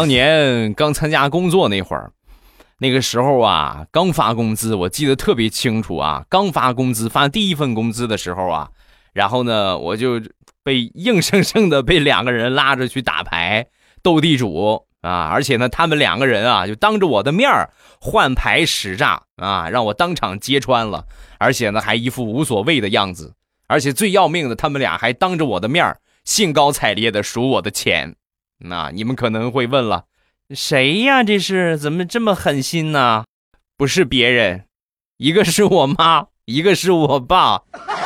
当年刚参加工作那会儿，那个时候啊，刚发工资，我记得特别清楚啊。刚发工资，发第一份工资的时候啊，然后呢，我就被硬生生的被2个人拉着去打牌斗地主啊，而且呢，他们2个人啊，就当着我的面换牌使诈啊，让我当场揭穿了，而且呢，还一副无所谓的样子。而且最要命的，他们俩还当着我的面兴高采烈的数我的钱。那你们可能会问了，谁呀？这是怎么这么狠心呢？不是别人，一个是我妈，一个是我爸。